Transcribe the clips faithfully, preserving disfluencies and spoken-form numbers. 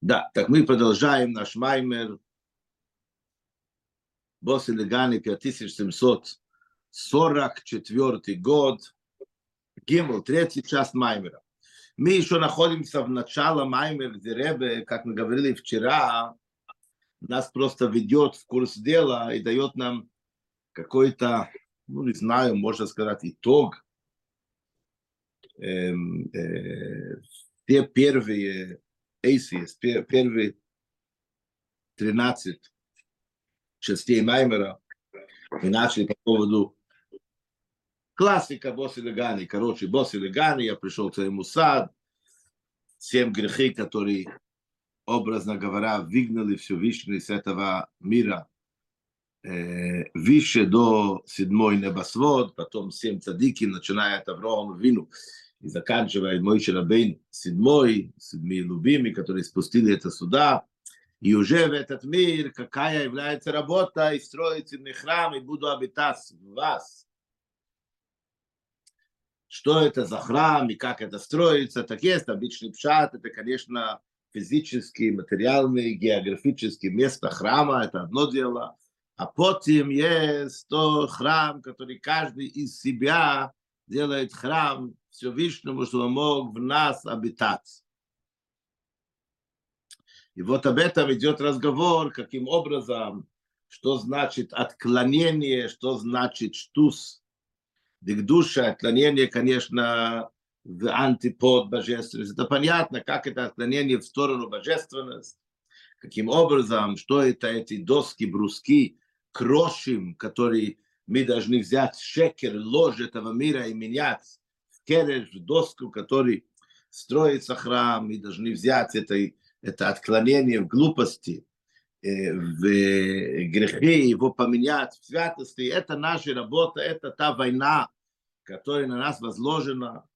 Да, так мы продолжаем наш маймер. Босс Илигани, пять тысяч семьсот сорок четвёртый год. Гимл, третий час маймера. Мы еще находимся в начале маймера, где Ребе, как мы говорили вчера, нас просто ведет в курс дела и дает нам какой-то, ну не знаю, можно сказать, итог. Эм, э, те первые эйси, первые тринадцать частей маймера мы начали по поводу классика Босс Илигани. Короче, Босс Илигани, я пришел к своему саду, семь грехи, которые, образно говоря, выгнали Всевышний с этого мира э, выше до седьмой небосвод, потом семь цадики, начиная от Авраама Вину и заканчивая Моше Рабейну седьмой, седьмые любимые, которые спустили это сюда. И уже в этот мир, какая является работа, и строится мне храм, и буду обитать в вас. Что это за храм, и как это строится, так есть обычный пшат, это, конечно, физический, материальный, географический место храма, это одно дело. А потом есть то храм, который каждый из себя делает храм Всевышнему, чтобы он мог в нас обитать. И вот об этом идет разговор, каким образом, что значит отклонение, что значит штус. Дикдуша, отклонение, конечно, в антипод божественности. Это понятно, как это отклонение в сторону божественности, каким образом, что это эти доски, бруски, крошим, которые мы должны взять шекер, ложь этого мира и менять в кереш, в доску, который строится храм, мы должны взять это, это отклонение в глупости, в грехе, его поменять в святости. Это наша работа, это та война, которая на нас возложена.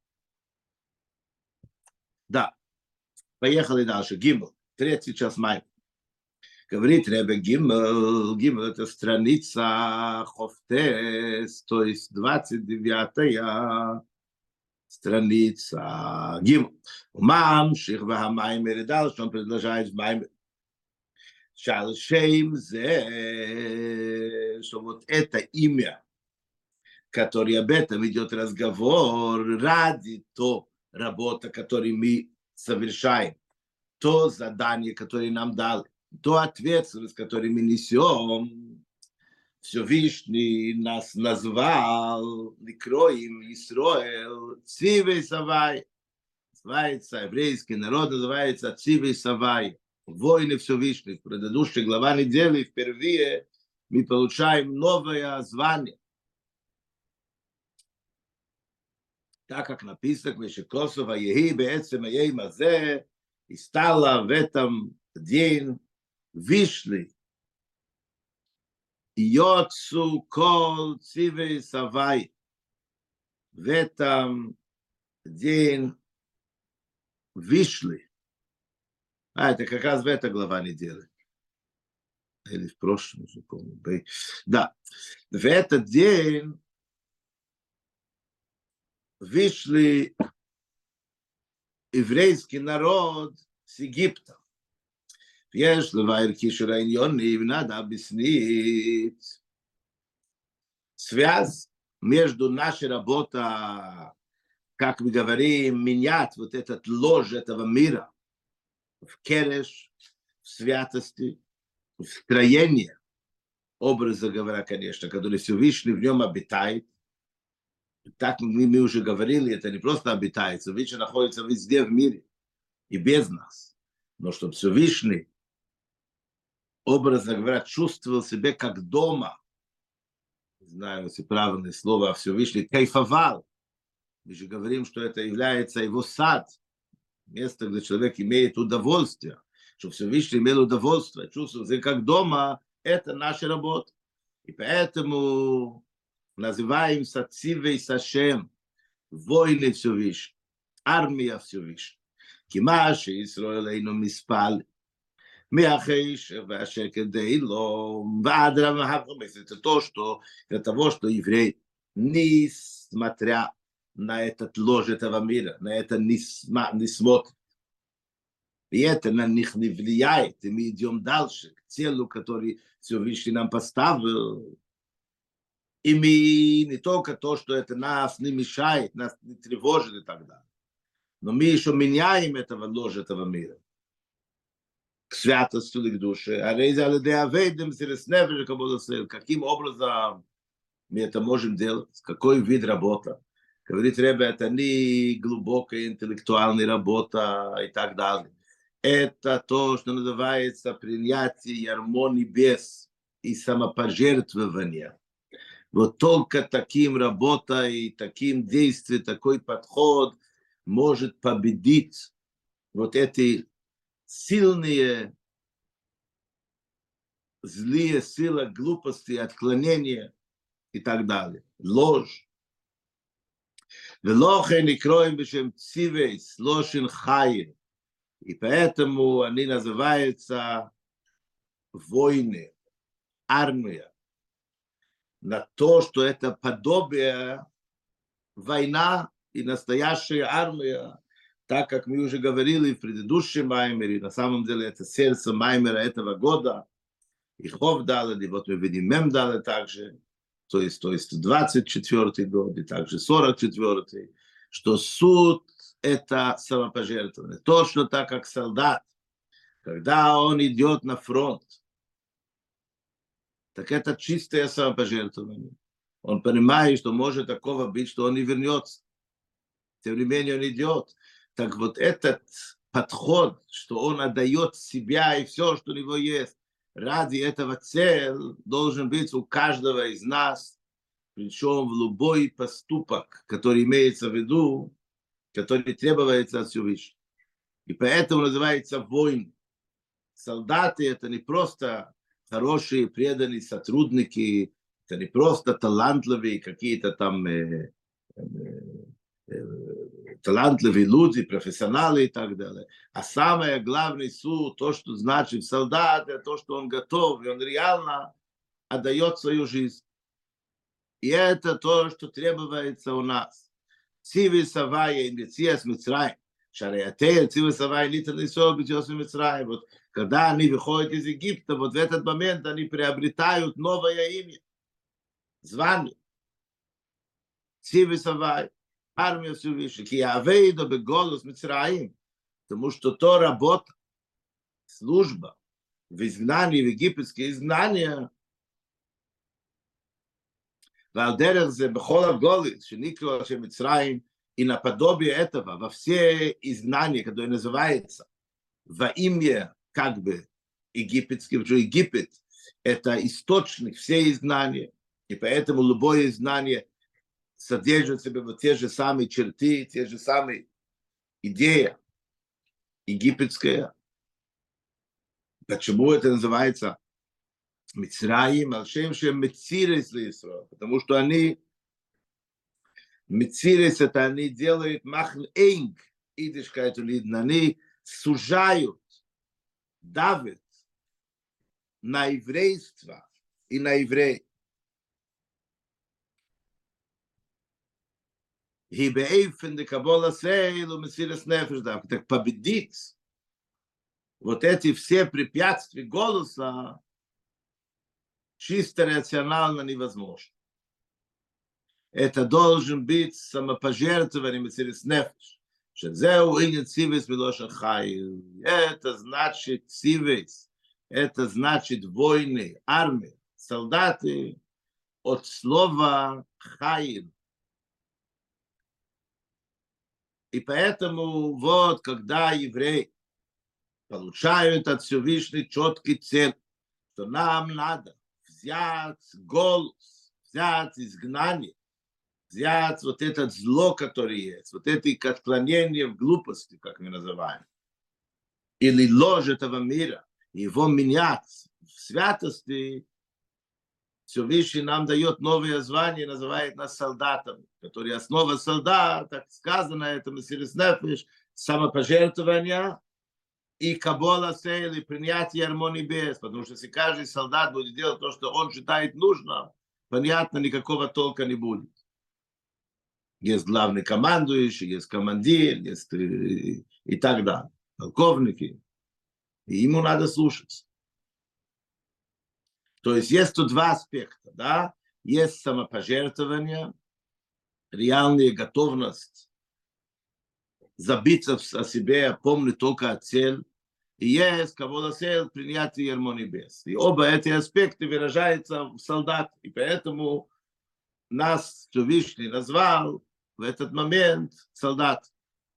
Да, поехали дальше. Гимл, третий час май. Говорит Ребе Гимл, Гимл это страница Хофтес, то есть двадцать девятая страница Гимл. Мам, Шихва Маймер, и дальше он продолжает в Маймер. Шалшейм зе, что вот это имя, который об этом идет разговор, ради то работа, которую мы совершаем, то задание, которое нам дали, то ответственность, которую мы несем. Всевышний нас назвал, Ликроим, Исроэл, Цивей Савай. Называется, еврейский народ называется Цивей Савай. Войны Всевышних. В предыдущей глава недели впервые мы получаем новое звание. Так как написано, что Косово Ехи Беэцем Ейм Азе, и стало в этом день, вышли Йоцу Кол Цивей Савай. В этом день вышли. А, это как раз в этой глава недели. Или в прошлом, уже помню. Да. В этот день вышли еврейский народ с Египта. יש לבאר קשר העניוני, надо объяснить связь между нашей работой, как мы говорим, менять вот этот ложь этого мира в кереш, в святости, в строении, образа говоря, конечно, который Всевышний в нем обитает. Так мы, мы уже говорили, это не просто обитает, Всевышний находится везде в мире и без нас. Но чтобы Всевышний, образно говоря, чувствовал себя как дома. Не знаю, если правильное слово, Всевышний кайфовал. Мы же говорим, что это является его сад, место, где человек имеет удовольствие. Чтобы Всевышний имел удовольствие, чувствовал себя как дома, это наша работа. И поэтому называемся Цивей Сашем, войны Всевышний, армия Всевышний. Кимаши Исраэлейну миспали. Мяхейш, Вашер Кедейло, Вадра Махавхамес. Это то, что для того, что еврей, несмотря на этот ложь этого мира, на это не, не смотрит. И это на них не влияет, и мы идем дальше, к целу, который Всевышний нам поставил. И мы не только то, что это нас не мешает, нас не тревожит и так далее, но мы еще меняем этого ложь этого мира к святости или к душе. А каким образом мы это можем делать? Какой вид работы? Говорит Ребе, это не глубокая интеллектуальная работа и так далее. Это то, что называется принятие ярмо небес и самопожертвование. Вот только таким работой, таким действием, такой подход может победить вот эти сильные, злые силы глупости, отклонения и так далее. Ложь. ולכן נקראים בשם ציווייס, לושן חיים. И поэтому они называются войны, армия. На то, что это подобие война и настоящая армия, так как мы уже говорили в предыдущем маймере, на самом деле это сердце маймера этого года, и Хов Далед, и вот мы видим Мем Далед также, то есть, то есть двадцать четвёртый год, и также сорок четвёртый, что суд – это самопожертвование. Точно так, как солдат, когда он идет на фронт, так это чистое самопожертвование. Он понимает, что может такого быть, что он не вернется. Тем не менее он идет. Так вот этот подход, что он отдает себя и все, что у него есть, ради этого цель должен быть у каждого из нас, причем в любой поступок, который имеется в виду, который требуется от Всевышнего. И поэтому называется войн. Солдаты – это не просто хорошие, преданные сотрудники, это не просто талантливые какие-то там э, э, э, талантливые люди, профессионалы и так далее. А самое главное суд, то, что значит солдат, это то, что он готов, и он реально отдает свою жизнь. И это то, что требуется у нас. Цивы Савая и Мециас Мицраим. Шариатея, Цивы Савая, Литер Лисо, Бетиос Мицраим. Вот когда они выходят из Египта, вот в этот момент они приобретают новое имя, звание. Цивы Савая, армия Всевышнего. Киавейда Беголос Мицраим. Потому что то работа, служба в изгнании, в египетское изгнание, ועל דרך זה בכל הגולים שנקראו של מצרים, и наподобие этого во все изгнания, которые называются во имя как бы египетским, что Египет – это источник всей изгнания, и поэтому любое изгнание содержит в себе вот те же самые черты, те же самые идеи египетская. Почему это называется Мицраим, Алшем, Шем Мецирис Лисро, потому что они, Мецирис, это они делают махн эйнг, идишка это видно, они сужают, давят на еврейство и на евреев. И бейфен де кабола сейлу Мецирис Нефеш, так победить вот эти все препятствия голоса чисто рационально невозможно. Это должен быть самопожертвование Мецирис Нефеш. Шезеу иньян цивис милошен хай. Это значит цивис. Это значит войны, армия, солдаты от слова хай. И поэтому вот, когда евреи получают от Всевышнего четкий цель, что нам надо взять голос, взять изгнание, взять вот это зло, которое есть, вот это отклонение в глупости, как мы называем, или ложь этого мира, его менять в святости, Всевышний нам дает новое звание, называет нас солдатами, которые основа солдат, так сказано, это Мессирис Нефеш, самопожертвование, и кабола сейли, принятие армонии без, потому что если каждый солдат будет делать то, что он считает нужным, понятно, никакого толка не будет. Есть главный командующий, есть командир, есть и, и так далее. полковники, и ему надо слушаться. То есть есть тут два аспекта, да? Есть самопожертвование, реальная готовность забиться о себе, помнить только о цели, и есть кого-то цель принятие ярмо небес. И оба эти аспекта выражаются в солдат, и поэтому нас Всевышний назвал в этот момент солдат.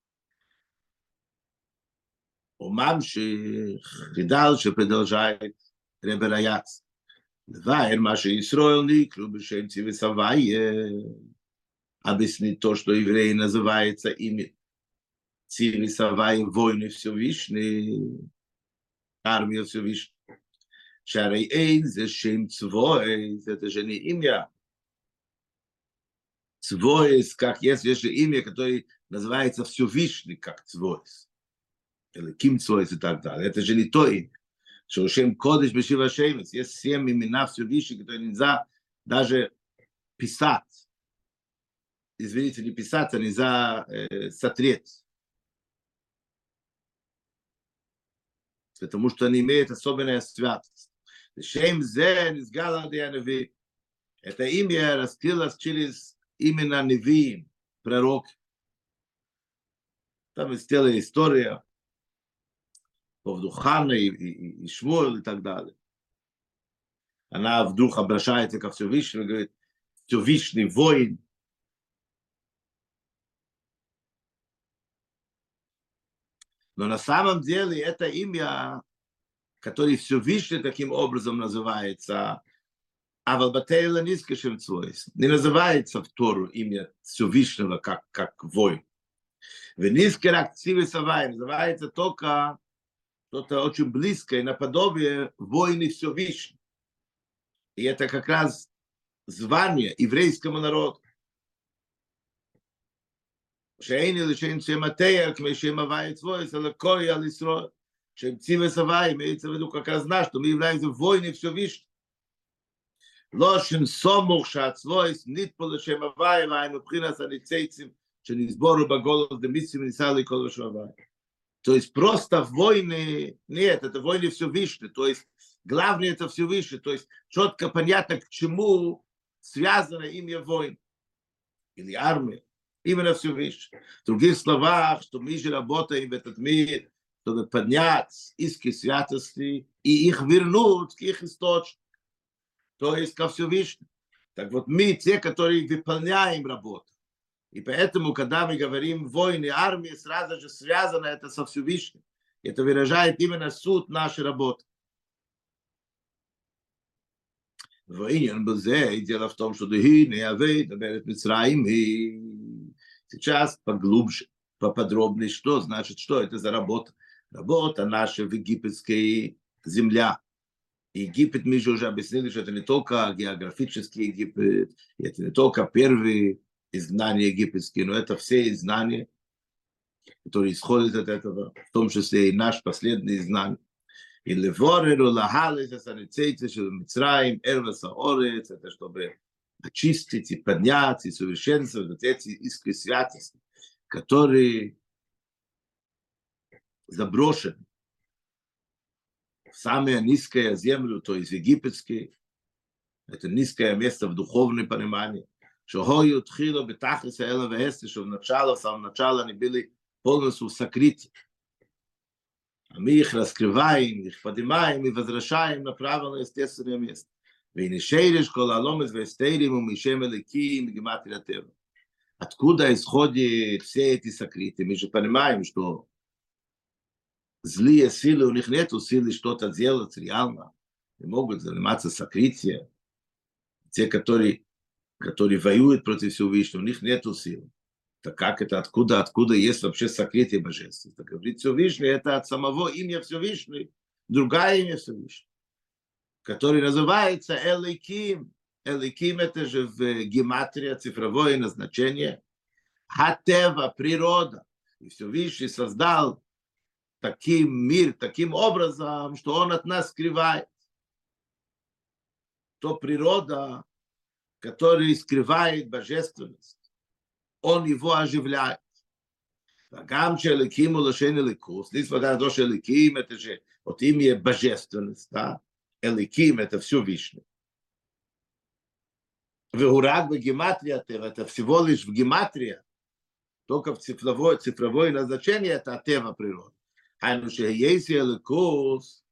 Умамших, и дальше продолжает Ребе Раяц. Дваер Маши Исроил Никру Бешем Цивисавайе. Объяснить то, что евреи называется ими Цивисавайе, войны Всевышней, армия Всевышней. Шарей Эйн, зе Шем Цвой, это же не имя. Цвойс, как есть еще имя, которое называется Всевышний, как Цвойс. Или Ким Цвойс и так далее. Это же не то имя. Что Шем Кодеш Бешива Шемец. Есть семь имена Всевышних, которые нельзя даже писать. Извините, не писать, а нельзя э, сотрет. Потому что они имеют особенную святость. Шем Зе Низгала Дианеви. Это имя раскрылось через именно Невиим, пророк. Там есть целая история поводу Хана и, и, и Шмуэл и так далее. Она вдруг обращается ко Всевышнему и говорит: Всевышний воин. Но на самом деле это имя, которое Всевышний таким образом называется, а в Албатейла Нискешем Цвойс, не называется в Тору имя Всевышнего как, как воин. В Нискерак Цивисавай называется только что-то очень близкое, наподобие войны Всевышнего. И это как раз звание еврейскому народу. שאין לי לשם שם התאר, כמו שם הווי צבויס, אלא קוי על ישראל, שם ציבס הווי, מעצב ודו как раз знать, что мы являемся войны Всевышнего. לא שם סומוך שהצבויס נתפו לשם הווי, והיינו מבחינת הניצייצים, שנסבורו בגולוס דמיסים וניסה לכל לשם הווי. То есть просто войны, нет, это войны Всевышнего, то есть главное это Всевышний, то есть четко понятно, к чему связано имя войн или армия. Именно Всевышний. В других словах, что мы же работаем в этот мир, чтобы поднять иски святости и их вернуть к их источнику, то есть ко Всевышнему. Так вот мы те, которые выполняем работу. И поэтому, когда мы говорим войны, армии, сразу же связано это со Всевышним. Это выражает именно суть нашей работы. Воинен был зе, и дело в том, что Духи не авей, добавит Мицраим, и сейчас поглубже, поподробнее, что значит, что это за работа. Работа наша в египетской земле. Египет, мы же уже объяснили, что это не только географический Египет, это не только первые изгнания египетские, но это все изгнания, которые исходят от этого, в том числе и наш последний изгнание. И левореру лахалис асаницейцы шел Мицраим эрваса орец, это чтобы очистить и поднять и совершенствовать вот эти искры святости, которые заброшены в самое низкое землю, то есть египетские. Это низкое место в духовном понимании. Что тхило бетахлиса эла веэсти, что в начало, в самом начале они были полностью сокрыты. А мы их раскрываем, их поднимаем и возвращаем на правое естественное место. Откуда исходят все эти сокрытия? Мы же понимаем, что злые силы, у них нет силы что-то делать реально. Не могут заниматься сокрытием. Те, которые, которые воюют против Всевышнего, у них нет сил. Так как это, откуда, откуда есть вообще сокрытие божества? Так говорит Всевышний, это от самого имя Всевышний, другое имя Всевышний, который называется Эликим. Эликим это же в гематрии цифровое назначение. Хатева, природа. И Всевышний создал таким мир, таким образом, что он от нас скрывает. То природа, которая скрывает божественность, он его оживляет. וגם שאליקים הוא לשון אליקוס, несмотря на то, что эликим, это же от имя божественность, да? Эликим — это все Вишну. Веурак в гематрия, это всего лишь в гематрия, только в цифровое, цифровое назначение, это тема природы. היינו שיש אליקוס,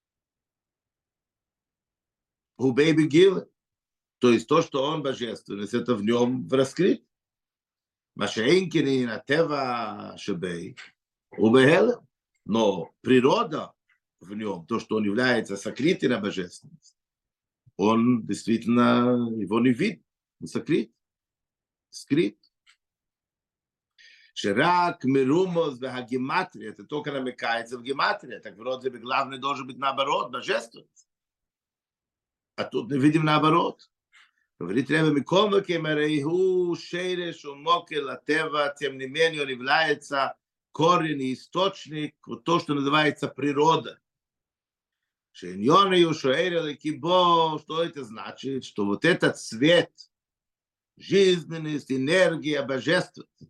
הוא בי בגילה. То есть то, что он божественность, это в нем раскрыт. מה שאין כן הטבע שבי, הוא בהלם. Но природа в нем, то, что он является сокрытой на божественность, он действительно, его не видит, он сокрыт, скрыт. שרק מרומוז והגימטריה, это только намекается в гематрия, так вроде бы главное должен быть наоборот, божественность. А тут мы видим наоборот. говорит Ребе, מכל מקום הרי הוא שרש ומוקר לטבע, тем не менее он является корень и источник, вот то, что называется природа. שעניון הוא שואר אליקי בו, что это значит? Что вот этот цвет, жизненность, энергия, божественность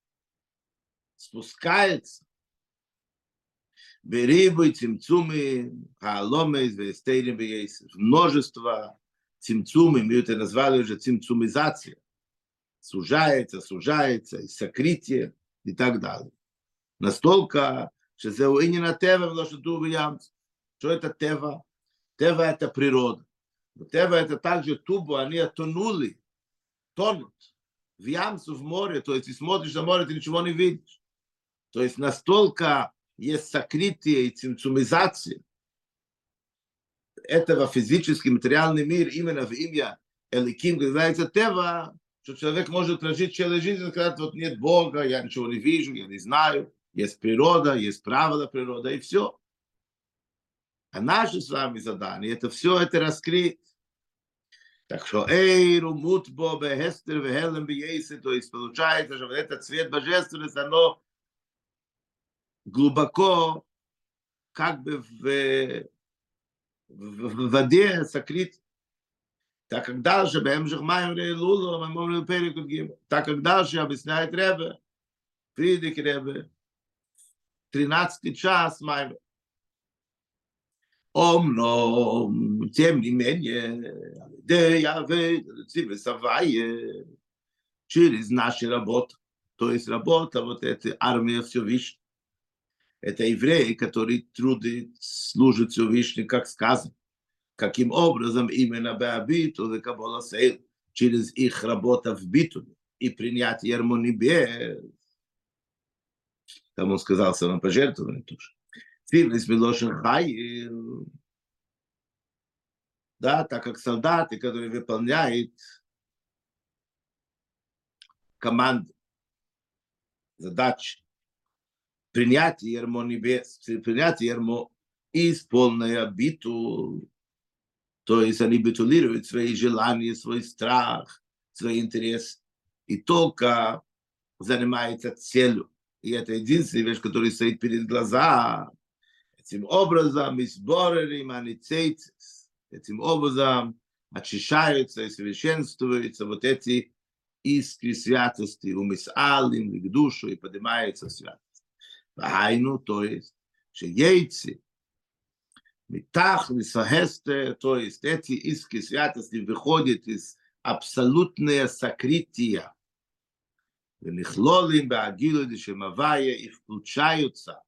спускается берибы, цимцумы, хааломы, звестейрим, множество цимцумы, мы это назвали уже цимцумизация, сужается, сужается, и сокрытие и так далее. Настолько, что это и не на тева, потому что тут ямц. Что это тева? Тева — это природа. Но тева — это также тубу, они тонули, тонут в ямцу, в море, то есть ты смотришь на море, ты ничего не видишь. То есть настолько есть сокрытие и цимцумизация этого физический, материальный мир именно в имя Эликим, как называется тева, что человек может прожить целую жизнь и сказать, вот нет Бога, я ничего не вижу, я не знаю, есть природа, есть правила природы, и все. А наше с вами задание — это все это раскрыть. Так что эйру, мутбо, бехестер, вехелем, бейси, то есть получается, что этот цвет божественности, оно глубоко, как бы в, в, в воде сокрыт. Так как дальше, бэмжих маем рейлулу, мы можем перекут гим. Так как дальше объясняет Ребе, Фридик Ребе, тринадцатый час маем. Омном, тем не менее, да я ведь Савайе, через наши работы, то есть работа вот этой армии Всевышнего. Это евреи, которые труды служат Всевышнему, как сказано. Каким образом именно Беабиту и Кабола Сейл, через их работа в битуле и принятие Ермонибе. Там он сказал самопожертвование тоже. Цивлис Милошин Хайил. Да, так как солдаты, которые выполняют команды, задачи, принятие Ермонибес, принятие Ермо из полной биту. То есть они битулируют свои желания, свой страх, свои интересы. И только занимаются целью. И это единственная вещь, которая стоит перед глазами. Этим образом, изборерим, аницейцис. Этим образом очищаются и совершенствуются вот эти искры святости, умисалим, к душу, и поднимается святость. Хайну, то есть, что яйцы, Митах, Лисахесте, то есть эти искры святости выходят из абсолютного сокрытия. Венихлолим баагилу дешемавая и включаются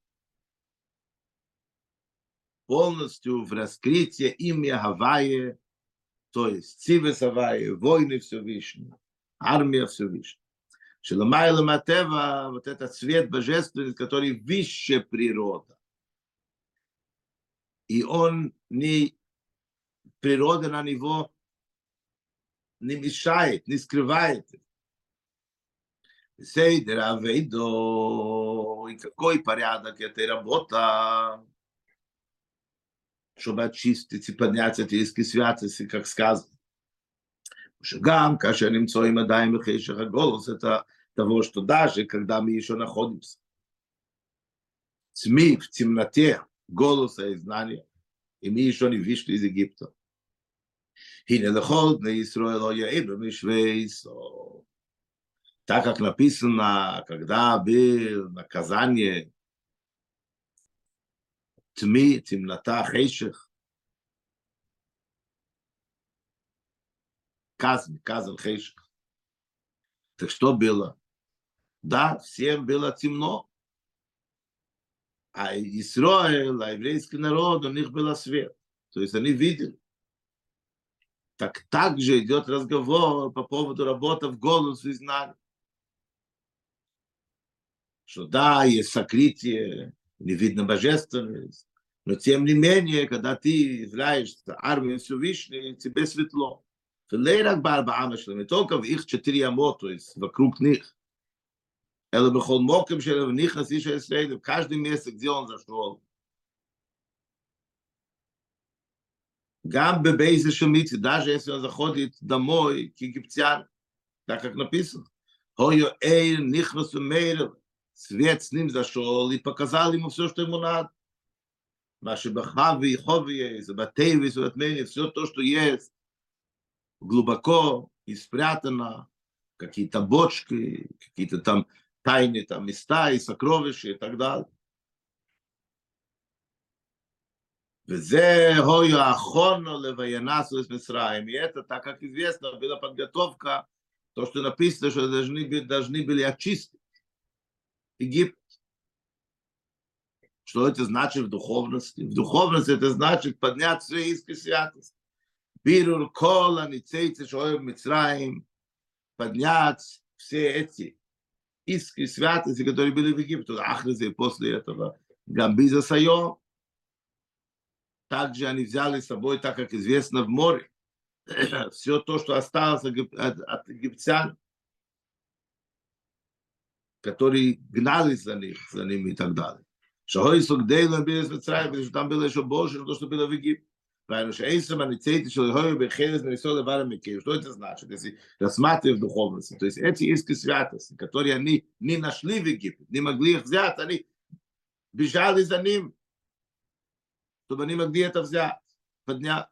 полностью в раскрытие имя Гавайи, то есть Цивес Гавайи, войны Всевышнего, армия Всевышнего. Шеламайла Матева, вот этот цвет божественный, который выше природа. И он не, природа на него не мешает, не скрывает. Сейдер Авейдо, и какой порядок этой работы, чтобы очистить и поднять эти иски святости, как сказано. Шагам, когда немцо им отдаем их еще голос, это того, что даже когда мы еще находимся тьми, в темноте голоса и знания, и мы еще не вышли из Египта. И не доходит на Исраил, я и бы мишвейсо. Так как написано, когда было наказание тьмы, темнота, хейших, казнь, казнь, хейших. Так что было? Да, всем было темно, а Израиль, а еврейский народ, у них был свет. То есть они видели. Так также идет разговор по поводу работы в голос и знания. Что да, есть сокрытие, не видно божественность, но тем не менее, когда ты являешься армией Всевышней, тебе светло. Не только в их четыре амот, то есть вокруг них, אלא בכל מוקם שלו נכנס איש הישראל, в каждом месте, где он зашел. גם בבייס השמיצי, даже если он заходит домой, к египтян, так как написано, Хойо эйр нихнас умейр, свет с ним зашел и показал ему все, что ему надо. Наши бахави и хови, забатеви, суатмени, все то, что есть глубоко и спрятано, какие-то бочки, какие-то там тайные там места и сокровища и так далее. וזה הוי האחרונו לווינסו את מצרים. И это, так как известно, была подготовка, то, что написано, что должны, должны были очистить Египет. Что это значит в духовности? В духовности это значит поднять все иски святости. Бирур кола ницейцы шоев Мицраим, поднять все эти иски святости, которые были в Египте. Ахризе после этого Гамбиза Сайо. Также они взяли с собой, так как известно, в море, все то, что осталось от, от египтян, которые гнались за, них, за ними и так далее. Что там было еще больше, чем то, что было в Египте. Что это значит, если рассматривать в духовности? То есть эти иски святости, которые они не нашли в Египте, не могли их взять, они бежали за ним, чтобы они могли это взять, поднять.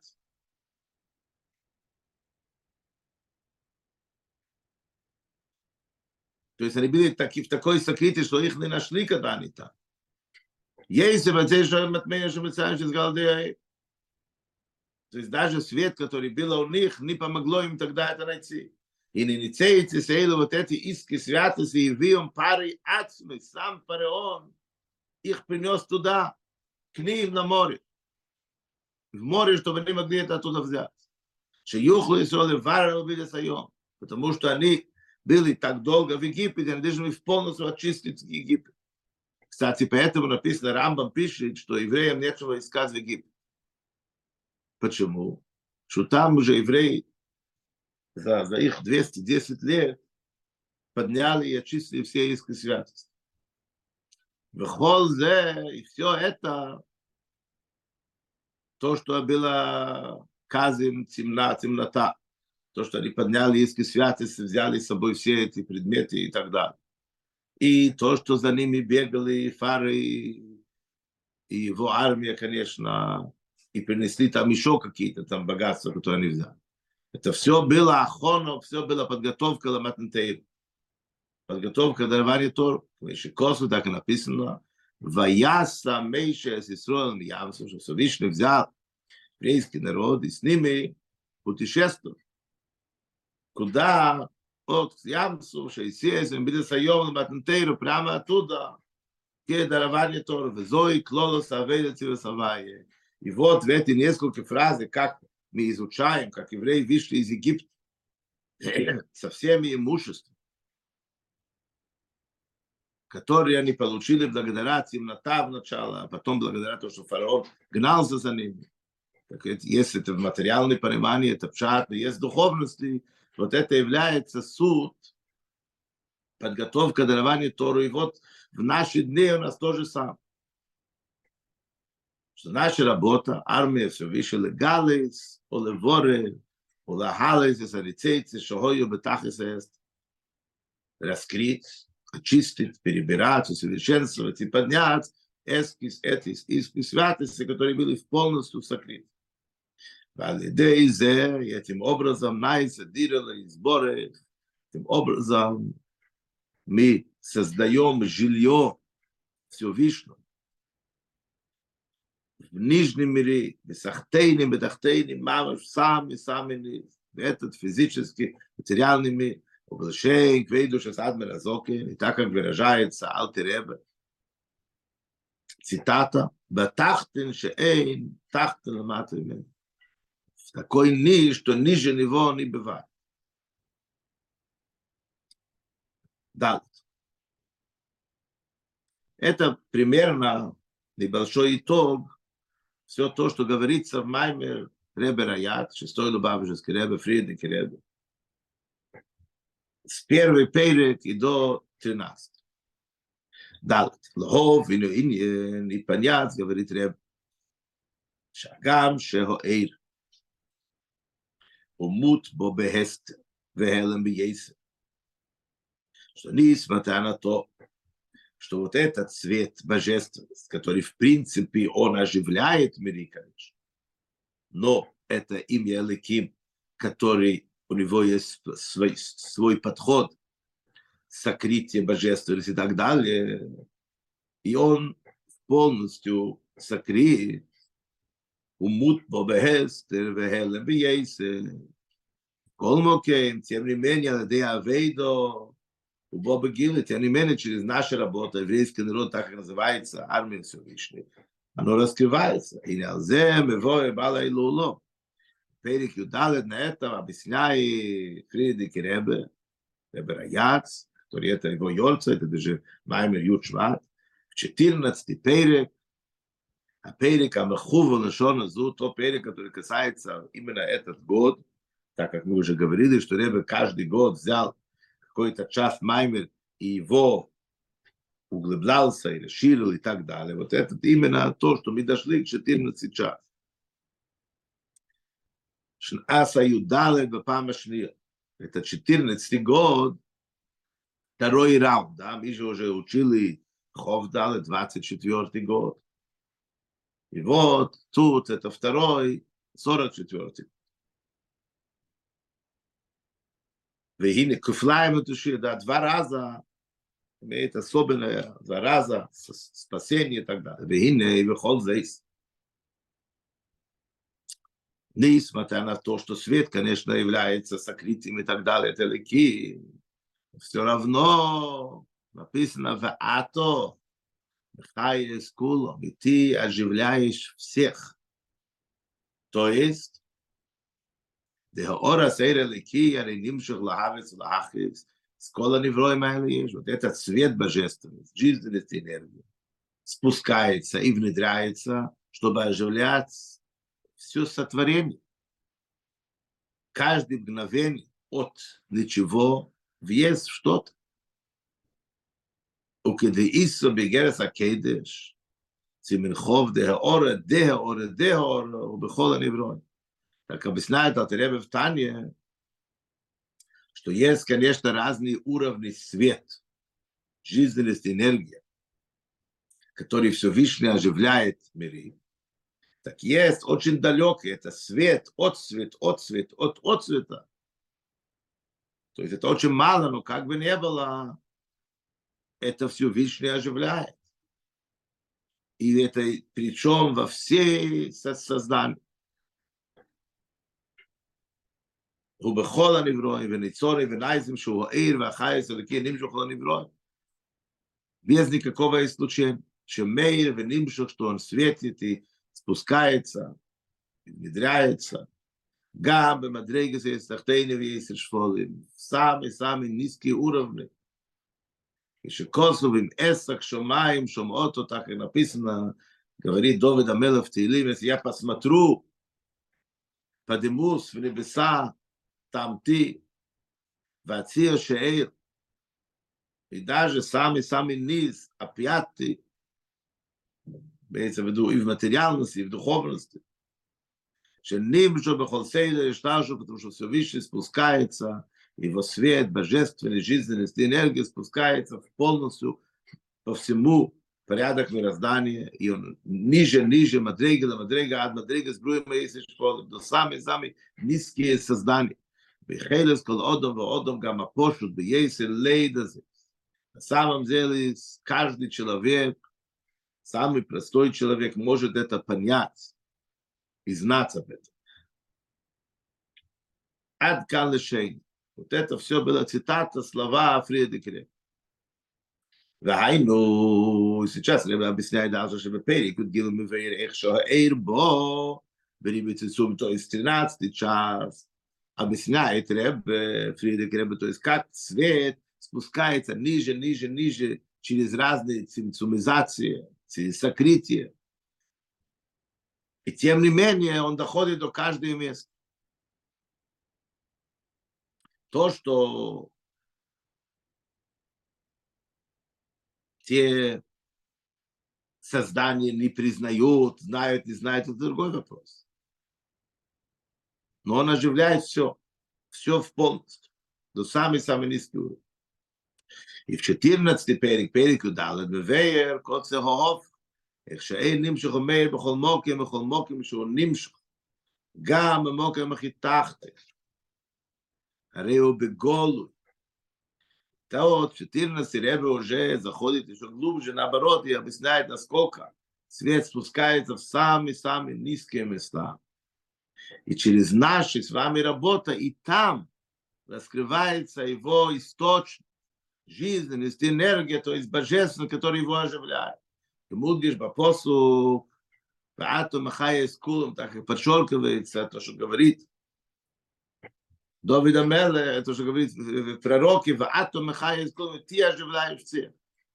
То есть они были таки, в такой сокрытии, что их не нашли, когда они там. Если бы здесь же то есть даже свет, который был у них, не помогло им тогда это найти. И не ницеете сейлу вот эти иски святости, и виом пары ацмы, сам фараон их принес туда, к ним на море. В море, чтобы они могли это оттуда взять. Шеюхлу и соли варил были сайом. Потому что они были так долго в Египте, они должны полностью очистить Египет. Кстати, поэтому написано, Рамбам пишет, что евреям нечего искать в Египте. Почему? Что там уже евреи за, за их двести десять лет подняли и очистили все иски святости. И все это, то, что было казим, темна, темнота, то, что они подняли иски святости, взяли с собой все эти предметы и так далее. И то, что за ними бегали фары и его армия, конечно, и принесли там еще какие-то там богатства, которые они взяли. Это все было ахоно, все было подготовка ламатнтейру. Подготовка дарования Тору. Косу так и написано. Ваяса мейша с Исроэлем Ямсом, что Всевышний взял еврейский народ и с ними путешествовал. Куда? От Ямсу, Шейсиесом, Бидасайом, ламатнтейру, прямо оттуда. Те дарования Тору. Везой, клолос, авейда, тивесавайе. И вот в эти несколько фразы, как мы изучаем, как евреи вышли из Египта со всеми имуществами, которые они получили благодаря темнота в начало, а потом благодаря тому, что фараон гнался за ними. Так это, если это в материальном понимании, это пшат, но есть духовности, вот это является суд, подготовка дарования Тору. И вот в наши дни у нас то же самое. Что наша работа, армия все выше легалис, олеворе, олахалис, эсарицейцы, шохою бетахис эст, раскрыть, очистить, перебирать, усовершенствовать и поднять эскиз, этис, иски святости, которые были полностью сокрыты. И этим образом найся дирали и сборы, этим образом мы создаем жилье Всевышнего в нижнем мире, бесахтейним, бедахтейним, мамаш, сами, сами, этот физический, материальный мир, облачение, квейдуша, садмер, азоки, и так как выражается Алтер Ребе, цитата, «Батахтин шеэйн, тахтин ламатин», в такой низ, что ниже него не бывает. Далее. Это примерно небольшой итог, все то, что говорится в Маймер Ребе Раят, шестой Лубавический Ребе, Фридник Ребе, с первой перек и до тринадцатой. Далее. Лхов, вину иньен, и понять, говорит Ребе, шагам шехо эйр, умут бо бехестер, вехелем бейсер. Что несмотря на то, что вот этот цвет божественности, который в принципе он оживляет миры, конечно, но это имя Элоким, который у него есть свой, свой подход, сокрытие божественности и так далее, и он полностью сокрыт, умут бобехестер вехелем бейсер, колмокен, тем не менее, ладея авейдо, у Боба Гилы, тем не менее, через нашу работу, еврейский народ, так как называется, армия Всевышней, оно раскрывается. И нельзя, мевое, бала и луло. Перек Юдалет на этом объясняет Фридик Ребе, Ребе Раяц, который это его Йорца, это даже Маймер Юд Шват, в четырнадцатый перек, а перек Амахува Лашона Зу, то перек, который касается именно этот год, так как мы уже говорили, что Ребе каждый год взял какой-то час Маймер и его углублялся, или расширил и так далее. Вот это именно то, что мы дошли к четырнадцати час. Шнаса Юдалет бапама шния. Это четырнадцатый год, второй раунд, да, мы же уже учили Ховдалет, двадцать четвёртый год. И вот тут это второй, сорок четвёртый. Вегине куфлаем эту шию, да, два раза имеет особенное, два раза спасение и так далее. Вегине и выход здесь. Несмотря на то, что свет, конечно, является сокрытием и так далее, это леки, все равно написано в ато, хай скулом, и ты оживляешь всех. То есть, вот этот свет божественности, жизненность энергии спускается и внедряется, чтобы оживлять все сотворение. Каждое мгновение от ничего въезд в что-то. וכדאיסו בגרס הקדש, צימנחוב דה האורה, דה האורה, דה האורה, ובכל הנברון. Так объясняет Алтер Ребе в Тане, что есть, конечно, разные уровни свет, жизненность, энергия, который Всевышний оживляет миры. Так есть очень далекий, это свет, от свет, от свет, от от света. То есть это очень мало, но как бы не было, это Всевышний оживляет. И это причем во всей создании. ובכל הנברואים וניצורים ונייזים שהוא העיר והחייס הלקי נמשוך לנברואים. Без никакого исключения. Шемейр венимшух, что он светит и спускается, и внедряется. Гам бемадрейгас есть тахтейны вейсер шфолим. Самые-самые низкие уровни. И шекосу им эсак шомаем шомото, так и написано, говорит Довид Амелев в Теилим, если я посмотрю, поднимусь в небеса, там ты, вацир шеэр, и даже самый-самый низ, опятый, имеется в виду и в материальности, и в духовности, шенимшу бехолсейда и шташу, потому что Всевышний спускается, его свет, божественный, жизненность, энергия спускается полностью по всему порядок мироздания, и он ниже, ниже, мадрега, до мадрега, от мадрега, с бруем и школы, до самые-самые низкие создания. בחלס כל אדם ואדם גם הפושט בייסר ליד הזה. На самом деле, каждый человек, самый простой человек, может это понять и знать об этом. Ад кан лешейн. Вот это все было цитата, слова Фридриха Ребе. והיינו, сейчас Ребе объясняет дальше, что в Перик Гилу מבאר איך שהעיר בו, בריבוי צמצום, то есть тринадцатый час, объясняет Ребе, Фридрих Ребе, то есть как свет спускается ниже, ниже, ниже, через разные цимцумизации, через сокрытие. И тем не менее он доходит до каждого места. То, что те создания не признают, знают, не знают, это другой вопрос. Но он оживляет все, все в полностью, до самой-самой низкой уровня. И в четырнадцатый перик, перик Юдалет, מבאר קוצר ההופך, איך שאין נמשך ומאיר בכל מוקים, בכל מוקים שהוא נמשך, גם במוקים הכי תחתית, הרי הוא בגולוי. Вот, в четырнадцатый Ребе уже заходит еще глубже, наоборот, и объясняет, насколько свет спускается в самые-самые низкие места. И через наши с вами работа, и там раскрывается его источник, жизненность, энергия, то есть божественное, которое его оживляет. И Мудгиш Бапосу, Ваату Махая с Кулом, так и подчеркивается то, что говорит Давид Амеле, то, что говорит в пророке, Ваату Махая с Кулом, ты оживляешь всех.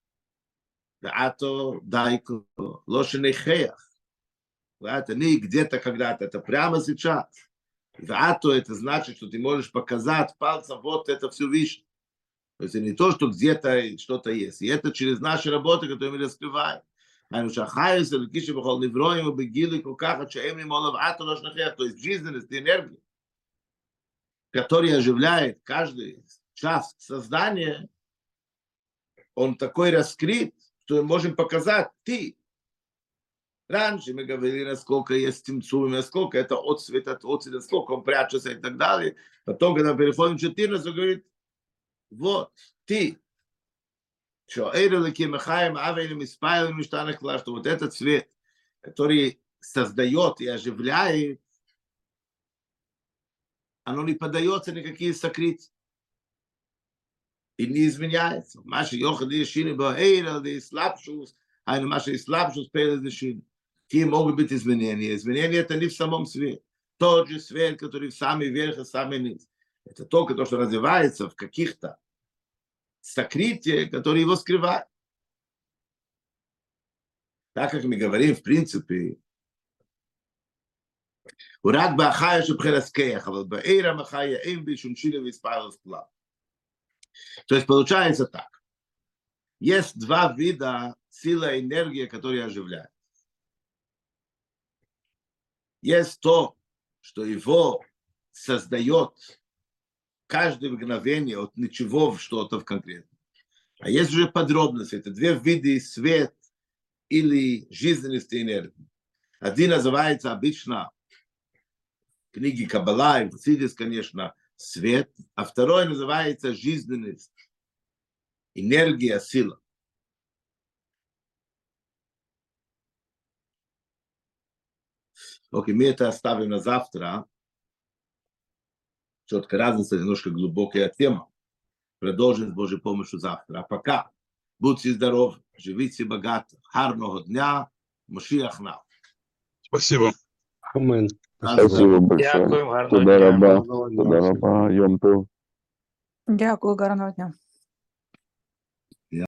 Ваату Дайко, Лошеней Хеях. Ваату не где-то когда-то, это прямо сейчас. Ваату это значит, что ты можешь показать пальцем, вот это все видишь. То есть не то, что где-то что-то есть. И это через наши работы, которые мы раскрываем. То есть жизненность, энергия, которая оживляет каждый час создания, он такой раскрыт, что мы можем показать ты. Раньше мы говорили, насколько есть тимцум, насколько это отцвет от отцвета, сколько он прячется и так далее. Потом, когда переходим в четырнадцать, он говорит, вот, ты, что вот этот цвет, который создает и оживляет, оно не поддается никакие сокрытия и не изменяется. Маши йохады шины баэйра, да и слабшус, а не маши и слабшус пэлэзэ шины. Какие могут быть изменения? Изменения это не в самом свете. Тот же свет, который в самый верх и самый низ. Это только то, что развивается в каких-то сокрытиях, которые его скрывают. Так как мы говорим, в принципе, урак бахая шубхераскеях, а вот баэйра махая эмби шуншили виспайлос плав. То есть получается так. Есть два вида силы и энергии, которые оживляют. Есть то, что его создает каждое мгновение от ничего в что-то в конкретном. А есть уже подробности. Это две виды свет или жизненности энергии. Один называется обычно в книге Каббала и в Хасидус, конечно, свет, а второй называется жизненность, энергия, сила. Окей, мы это оставим на завтра. Четкая разница, немножко глубокая тема. Продолжим с Божьей помощью завтра. А пока будьте здоровы, живите богато. Гарного дня. Машиах нам. Спасибо. Амен. Спасибо большое. Дякую, гарного Туда дня. раба. Гарного дня Туда всім. раба. Йом тов. Дякую, гарного дня.